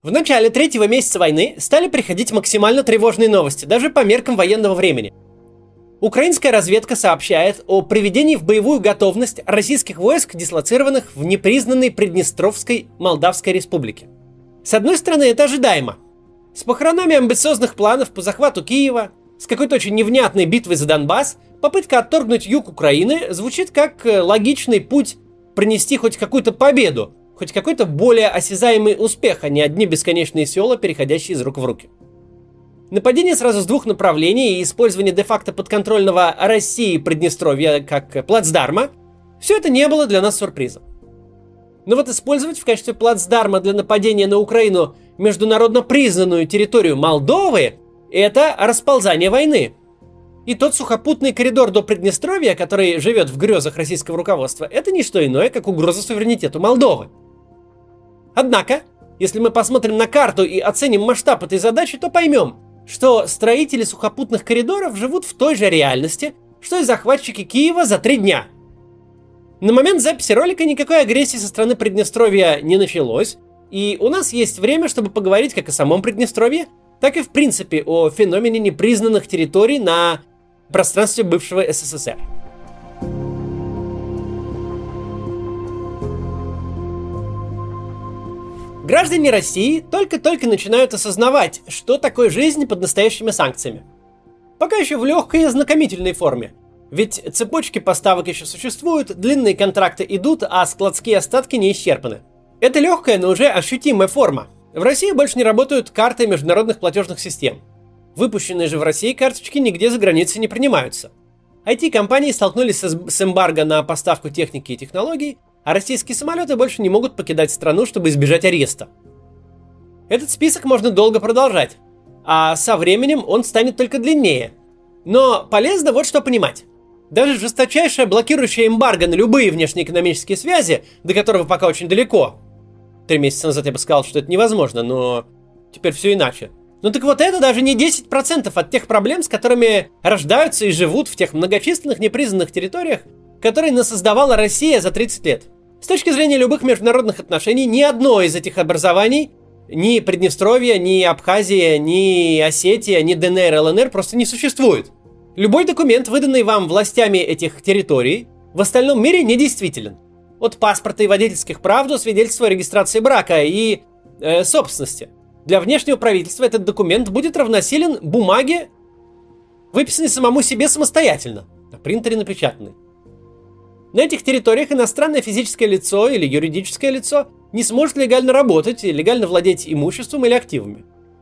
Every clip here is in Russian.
В начале третьего месяца войны стали приходить максимально тревожные новости, даже по меркам военного времени. Украинская разведка сообщает о приведении в боевую готовность российских войск, дислоцированных в непризнанной Приднестровской Молдавской Республике. С одной стороны, это ожидаемо. С похоронами амбициозных планов по захвату Киева, с какой-то очень невнятной битвой за Донбасс, попытка отторгнуть юг Украины звучит как логичный путь принести хоть какую-то победу, хоть какой-то более осязаемый успех, а не одни бесконечные села, переходящие из рук в руки. Нападение сразу с двух направлений и использование де-факто подконтрольного России Приднестровья как плацдарма – все это не было для нас сюрпризом. Но вот использовать в качестве плацдарма для нападения на Украину международно признанную территорию Молдовы – это расползание войны. И тот сухопутный коридор до Приднестровья, который живет в грезах российского руководства, это не что иное, как угроза суверенитету Молдовы. Однако, если мы посмотрим на карту и оценим масштаб этой задачи, то поймем, что строители сухопутных коридоров живут в той же реальности, что и захватчики Киева за 3 дня. На момент записи ролика никакой агрессии со стороны Приднестровья не началось, и у нас есть время, чтобы поговорить как о самом Приднестровье, так и в принципе о феномене непризнанных территорий на пространстве бывшего СССР. Граждане России только-только начинают осознавать, что такое жизнь под настоящими санкциями. Пока еще в легкой и ознакомительной форме. Ведь цепочки поставок еще существуют, длинные контракты идут, а складские остатки не исчерпаны. Это легкая, но уже ощутимая форма. В России больше не работают карты международных платежных систем. Выпущенные же в России карточки нигде за границей не принимаются. IT-компании столкнулись с эмбарго на поставку техники и технологий, а российские самолеты больше не могут покидать страну, чтобы избежать ареста. Этот список можно долго продолжать, а со временем он станет только длиннее. Но полезно вот что понимать. Даже жесточайшее блокирующее эмбарго на любые внешнеэкономические связи, до которого пока очень далеко. 3 месяца назад я бы сказал, что это невозможно, но теперь все иначе. Ну так вот это даже не 10% от тех проблем, с которыми рождаются и живут в тех многочисленных непризнанных территориях, которые насоздавала Россия за 30 лет. С точки зрения любых международных отношений, ни одно из этих образований, ни Приднестровье, ни Абхазия, ни Осетия, ни ДНР, ЛНР просто не существует. Любой документ, выданный вам властями этих территорий, в остальном мире недействителен. От паспорта и водительских прав до свидетельства о регистрации брака и собственности. Для внешнего правительства этот документ будет равносилен бумаге, выписанной самому себе самостоятельно, на принтере напечатанной. На этих территориях иностранное физическое лицо или юридическое лицо не сможет легально работать и легально владеть имуществом или активами.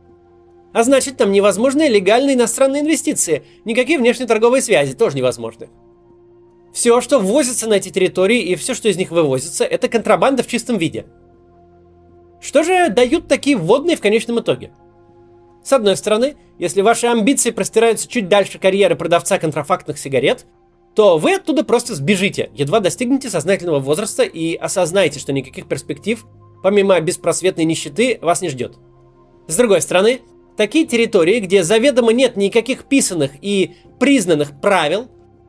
А значит, там невозможны легальные иностранные инвестиции, никакие внешнеторговые связи тоже невозможны. Все, что ввозится на эти территории и все, что из них вывозится, это контрабанда в чистом виде. Что же дают такие вводные в конечном итоге? С одной стороны, если ваши амбиции простираются чуть дальше карьеры продавца контрафактных сигарет, то вы оттуда просто сбежите, едва достигнете сознательного возраста и осознаете, что никаких перспектив, помимо беспросветной нищеты, вас не ждет. С другой стороны, такие территории, где заведомо нет никаких писанных и признанных правил,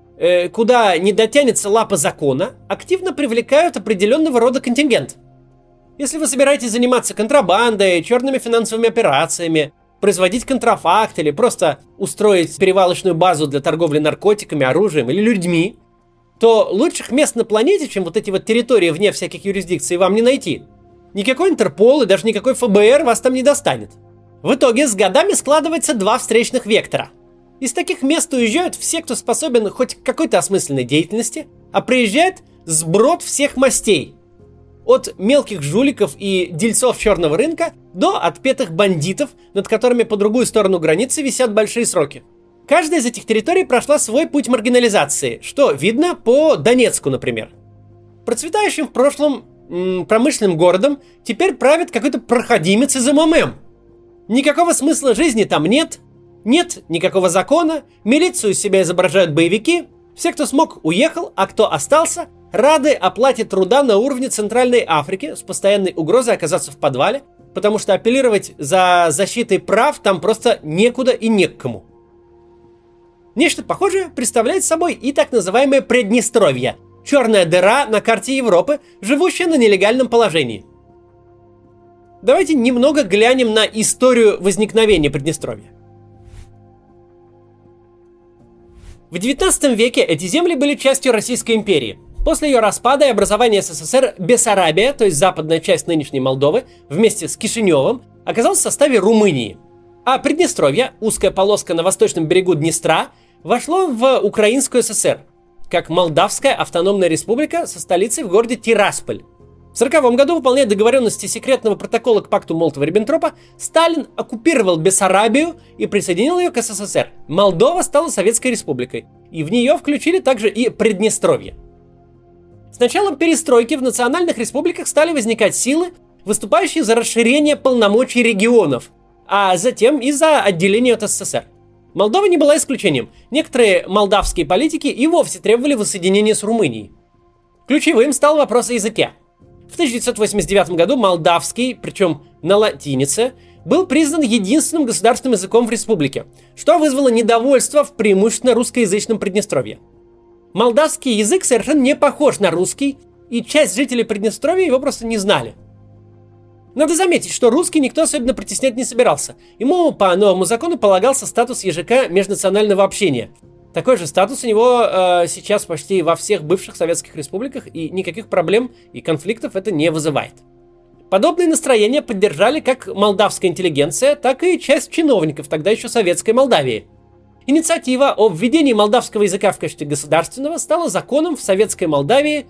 куда не дотянется лапа закона, активно привлекают определенного рода контингент. Если вы собираетесь заниматься контрабандой, черными финансовыми операциями, производить контрафакт или просто устроить перевалочную базу для торговли наркотиками, оружием или людьми, то лучших мест на планете, чем вот эти вот территории вне всяких юрисдикций, вам не найти. Никакой Интерпол и даже никакой ФБР вас там не достанет. В итоге с годами складывается 2 встречных вектора. Из таких мест уезжают все, кто способен хоть к какой-то осмысленной деятельности, а приезжает сброд всех мастей. От мелких жуликов и дельцов черного рынка до отпетых бандитов, над которыми по другую сторону границы висят большие сроки. Каждая из этих территорий прошла свой путь маргинализации, что видно по Донецку, например. Процветающим в прошлом промышленным городом теперь правит какой-то проходимец из МММ. Никакого смысла жизни там нет никакого закона, милицию из себя изображают боевики, все, кто смог, уехал, а кто остался, рады оплате труда на уровне Центральной Африки с постоянной угрозой оказаться в подвале, потому что апеллировать за защитой прав там просто некуда и не к кому. Нечто похожее представляет собой и так называемое Приднестровье, черная дыра на карте Европы, живущая на нелегальном положении. Давайте немного глянем на историю возникновения Приднестровья. В 19 веке эти земли были частью Российской империи. После ее распада и образования СССР Бессарабия, то есть западная часть нынешней Молдовы, вместе с Кишиневым, оказалась в составе Румынии. А Приднестровье, узкая полоска на восточном берегу Днестра, вошло в Украинскую ССР, как Молдавская автономная республика со столицей в городе Тирасполь. В 1940 году, выполняя договоренности секретного протокола к пакту Молотова-Риббентропа, Сталин оккупировал Бессарабию и присоединил ее к СССР. Молдова стала Советской республикой, и в нее включили также и Приднестровье. С началом перестройки в национальных республиках стали возникать силы, выступающие за расширение полномочий регионов, а затем и за отделение от СССР. Молдова не была исключением. Некоторые молдавские политики и вовсе требовали воссоединения с Румынией. Ключевым стал вопрос о языке. В 1989 году молдавский, причем на латинице, был признан единственным государственным языком в республике, что вызвало недовольство в преимущественно русскоязычном Приднестровье. Молдавский язык совершенно не похож на русский, и часть жителей Приднестровья его просто не знали. Надо заметить, что русский никто особенно притеснять не собирался. Ему по новому закону полагался статус языка межнационального общения. Такой же статус у него сейчас почти во всех бывших советских республиках, и никаких проблем и конфликтов это не вызывает. Подобные настроения поддержали как молдавская интеллигенция, так и часть чиновников тогда еще советской Молдавии. Инициатива о введении молдавского языка в качестве государственного стала законом в советской Молдове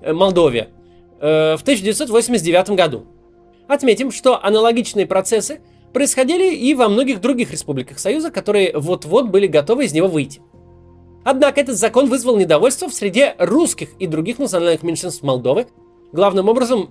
в 1989 году. Отметим, что аналогичные процессы происходили и во многих других республиках Союза, которые вот-вот были готовы из него выйти. Однако этот закон вызвал недовольство в среде русских и других национальных меньшинств Молдовы, главным образом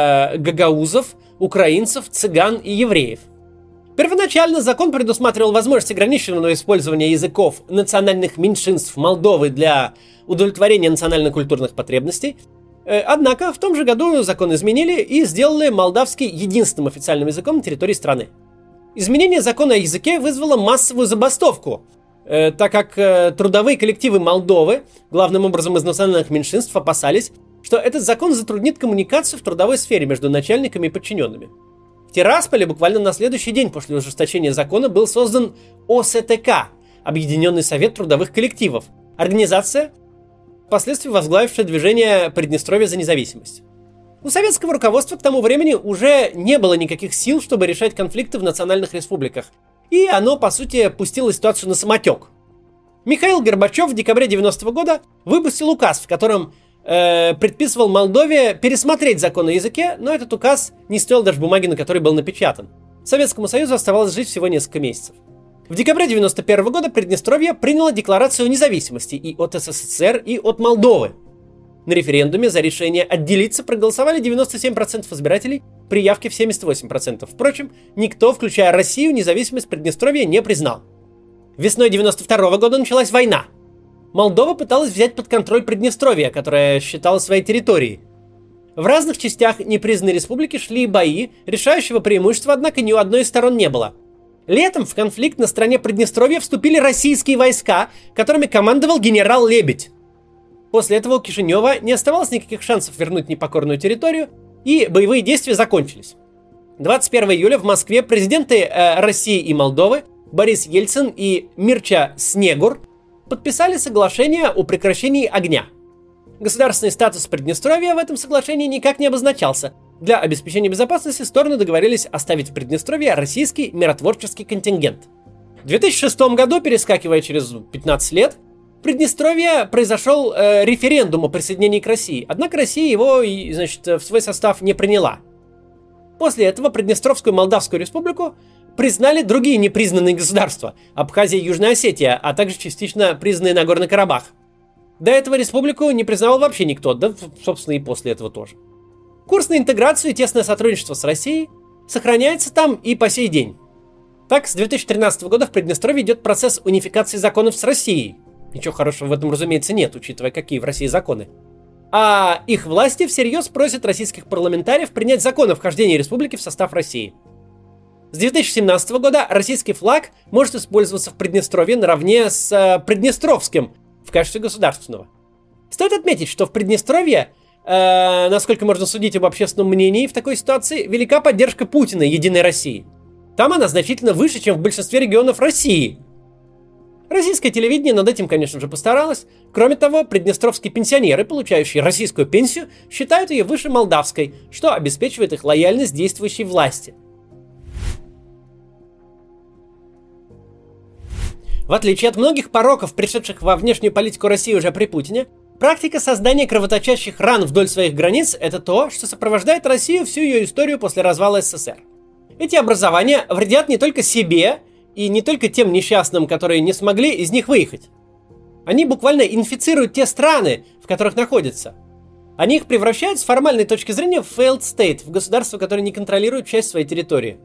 гагаузов, украинцев, цыган и евреев. Первоначально закон предусматривал возможность ограниченного использования языков национальных меньшинств Молдовы для удовлетворения национально-культурных потребностей. Однако в том же году закон изменили и сделали молдавский единственным официальным языком на территории страны. Изменение закона о языке вызвало массовую забастовку, так как трудовые коллективы Молдовы, главным образом из национальных меньшинств, опасались, что этот закон затруднит коммуникацию в трудовой сфере между начальниками и подчиненными. В Тирасполе буквально на следующий день после ужесточения закона был создан ОСТК – Объединенный совет трудовых коллективов, организация, впоследствии возглавившая движение Приднестровья за независимость. У советского руководства к тому времени уже не было никаких сил, чтобы решать конфликты в национальных республиках, и оно, по сути, пустило ситуацию на самотек. Михаил Горбачев в декабре 90-го года выпустил указ, в котором предписывал Молдове пересмотреть закон о языке, но этот указ не стоил даже бумаги, на которой был напечатан. Советскому Союзу оставалось жить всего несколько месяцев. В декабре 1991 года Приднестровье приняло декларацию о независимости и от СССР, и от Молдовы. На референдуме за решение отделиться проголосовали 97% избирателей при явке в 78%. Впрочем, никто, включая Россию, независимость Приднестровья не признал. Весной 1992 года началась война. Молдова пыталась взять под контроль Приднестровье, которое считало своей территорией. В разных частях непризнанной республики шли бои, решающего преимущества, однако, ни у одной из сторон не было. Летом в конфликт на стороне Приднестровья вступили российские войска, которыми командовал генерал Лебедь. После этого у Кишинева не оставалось никаких шансов вернуть непокорную территорию, и боевые действия закончились. 21 июля в Москве президенты России и Молдовы Борис Ельцин и Мирча Снегур подписали соглашение о прекращении огня. Государственный статус Приднестровья в этом соглашении никак не обозначался. Для обеспечения безопасности стороны договорились оставить в Приднестровье российский миротворческий контингент. В 2006 году, перескакивая через 15 лет, в Приднестровье произошел референдум о присоединении к России, однако Россия его, в свой состав не приняла. После этого Приднестровскую Молдавскую республику признали другие непризнанные государства – Абхазия и Южная Осетия, а также частично признанный Нагорный Карабах. До этого республику не признавал вообще никто, да, собственно, и после этого тоже. Курс на интеграцию и тесное сотрудничество с Россией сохраняется там и по сей день. Так, с 2013 года в Приднестровье идет процесс унификации законов с Россией. Ничего хорошего в этом, разумеется, нет, учитывая, какие в России законы. А их власти всерьез просят российских парламентариев принять закон о вхождении республики в состав России. С 2017 года российский флаг может использоваться в Приднестровье наравне с Приднестровским в качестве государственного. Стоит отметить, что в Приднестровье насколько можно судить об общественном мнении в такой ситуации, велика поддержка Путина Единой России. Там она значительно выше, чем в большинстве регионов России. Российское телевидение над этим, конечно же, постаралось. Кроме того, приднестровские пенсионеры, получающие российскую пенсию, считают ее выше молдавской, что обеспечивает их лояльность действующей власти. В отличие от многих пороков, пришедших во внешнюю политику России уже при Путине, практика создания кровоточащих ран вдоль своих границ – это то, что сопровождает Россию всю ее историю после развала СССР. Эти образования вредят не только себе и не только тем несчастным, которые не смогли из них выехать. Они буквально инфицируют те страны, в которых находятся. Они их превращают с формальной точки зрения в failed state, в государство, которое не контролирует часть своей территории.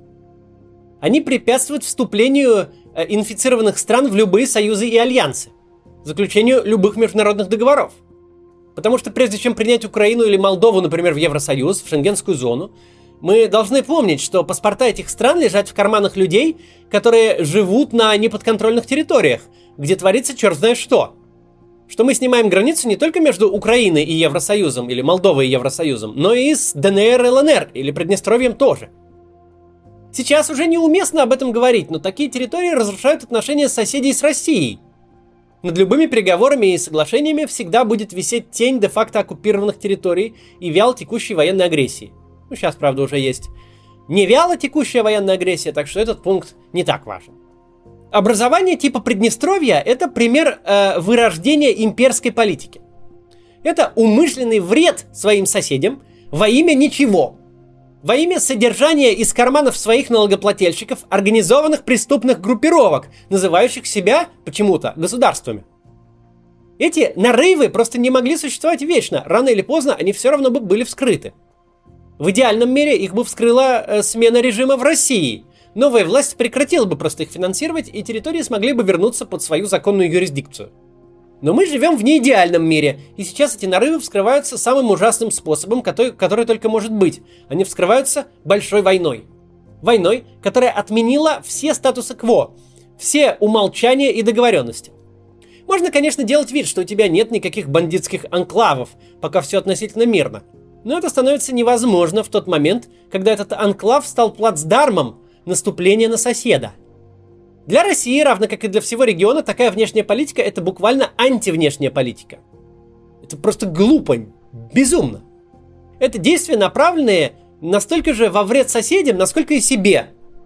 Они препятствуют вступлению инфицированных стран в любые союзы и альянсы, заключению любых международных договоров. Потому что прежде чем принять Украину или Молдову, например, в Евросоюз, в Шенгенскую зону, мы должны помнить, что паспорта этих стран лежат в карманах людей, которые живут на неподконтрольных территориях, где творится черт знает что. Что мы снимаем границу не только между Украиной и Евросоюзом, или Молдовой и Евросоюзом, но и с ДНР и ЛНР, или Приднестровьем тоже. Сейчас уже неуместно об этом говорить, но такие территории разрушают отношения соседей с Россией. Над любыми переговорами и соглашениями всегда будет висеть тень де-факто оккупированных территорий и вяло текущей военной агрессии. Ну, сейчас, правда, уже есть не вяло текущая военная агрессия, так что этот пункт не так важен. Образование типа Приднестровья – это пример вырождения имперской политики. Это умышленный вред своим соседям во имя ничего. Во имя содержания из карманов своих налогоплательщиков организованных преступных группировок, называющих себя почему-то государствами. Эти нарывы просто не могли существовать вечно. Рано или поздно они все равно бы были вскрыты. В идеальном мире их бы вскрыла смена режима в России. Новая власть прекратила бы просто их финансировать, и территории смогли бы вернуться под свою законную юрисдикцию. Но мы живем в неидеальном мире, и сейчас эти нарывы вскрываются самым ужасным способом, который только может быть. Они вскрываются большой войной. Войной, которая отменила все статусы кво, все умолчания и договоренности. Можно, конечно, делать вид, что у тебя нет никаких бандитских анклавов, пока все относительно мирно. Но это становится невозможно в тот момент, когда этот анклав стал плацдармом наступления на соседа. Для России, равно как и для всего региона, такая внешняя политика – это буквально антивнешняя политика. Это просто глупо, безумно. Это действия, направленные настолько же во вред соседям, насколько и себе.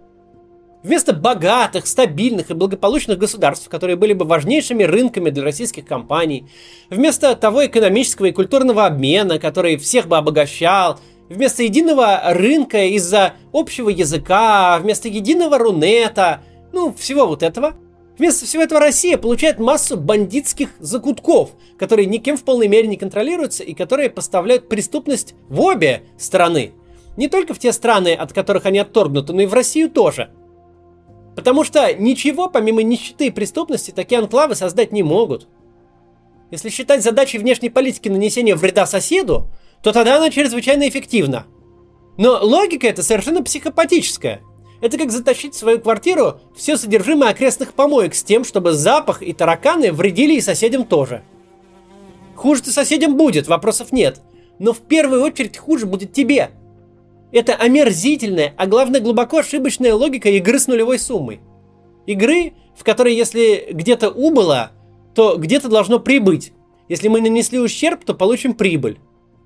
Вместо богатых, стабильных и благополучных государств, которые были бы важнейшими рынками для российских компаний, вместо того экономического и культурного обмена, который всех бы обогащал, вместо единого рынка из-за общего языка, вместо единого Рунета, всего вот этого, вместо всего этого Россия получает массу бандитских закутков, которые никем в полной мере не контролируются и которые поставляют преступность в обе страны. Не только в те страны, от которых они отторгнуты, но и в Россию тоже. Потому что ничего, помимо нищеты и преступности, такие анклавы создать не могут. Если считать задачей внешней политики нанесение вреда соседу, то тогда она чрезвычайно эффективна. Но логика эта совершенно психопатическая. Это как затащить в свою квартиру все содержимое окрестных помоек с тем, чтобы запах и тараканы вредили и соседям тоже. Хуже-то соседям будет, вопросов нет. Но в первую очередь хуже будет тебе. Это омерзительная, а главное глубоко ошибочная логика игры с нулевой суммой. Игры, в которой если где-то убыло, то где-то должно прибыть. Если мы нанесли ущерб, то получим прибыль.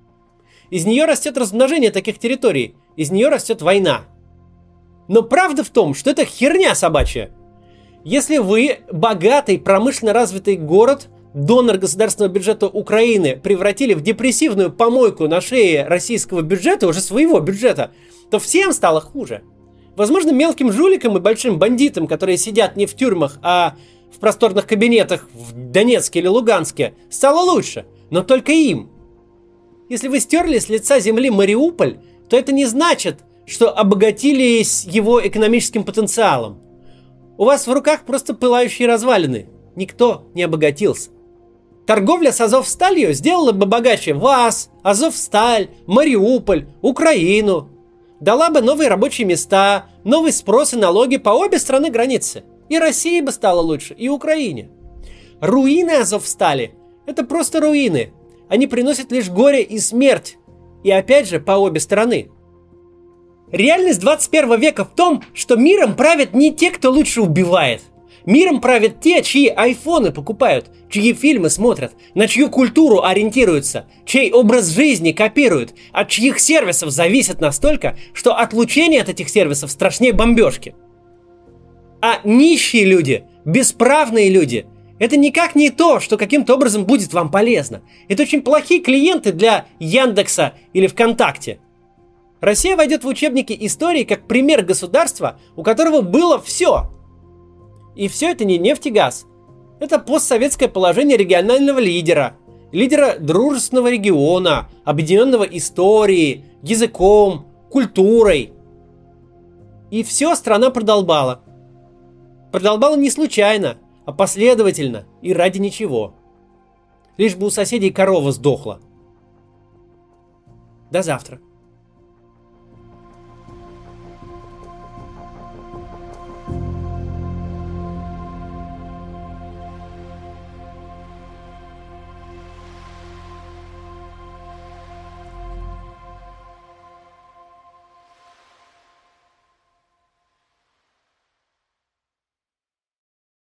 Из нее растет размножение таких территорий, из нее растет война. Но правда в том, что это херня собачья. Если вы богатый, промышленно развитый город, донор государственного бюджета Украины, превратили в депрессивную помойку на шее российского бюджета, уже своего бюджета, то всем стало хуже. Возможно, мелким жуликам и большим бандитам, которые сидят не в тюрьмах, а в просторных кабинетах в Донецке или Луганске, стало лучше, но только им. Если вы стерли с лица земли Мариуполь, то это не значит, что обогатились его экономическим потенциалом. У вас в руках просто пылающие развалины. Никто не обогатился. Торговля с Азовсталью сделала бы богаче вас, Азовсталь, Мариуполь, Украину. Дала бы новые рабочие места, новый спрос и налоги по обе стороны границы. И России бы стало лучше, и Украине. Руины Азовстали – это просто руины. они приносят лишь горе и смерть. И опять же, по обе стороны. Реальность 21 века в том, что миром правят не те, кто лучше убивает. Миром правят те, чьи айфоны покупают, чьи фильмы смотрят, на чью культуру ориентируются, чей образ жизни копируют, от чьих сервисов зависят настолько, что отлучение от этих сервисов страшнее бомбежки. А нищие люди, бесправные люди, это никак не то, что каким-то образом будет вам полезно. Это очень плохие клиенты для Яндекса или ВКонтакте. Россия войдет в учебники истории как пример государства, у которого было все. И все это не нефть и газ. Это постсоветское положение регионального лидера, лидера дружественного региона, объединенного историей, языком, культурой. И все страна продолбала. Продолбала не случайно, а последовательно и ради ничего. Лишь бы у соседей корова сдохла. До завтра.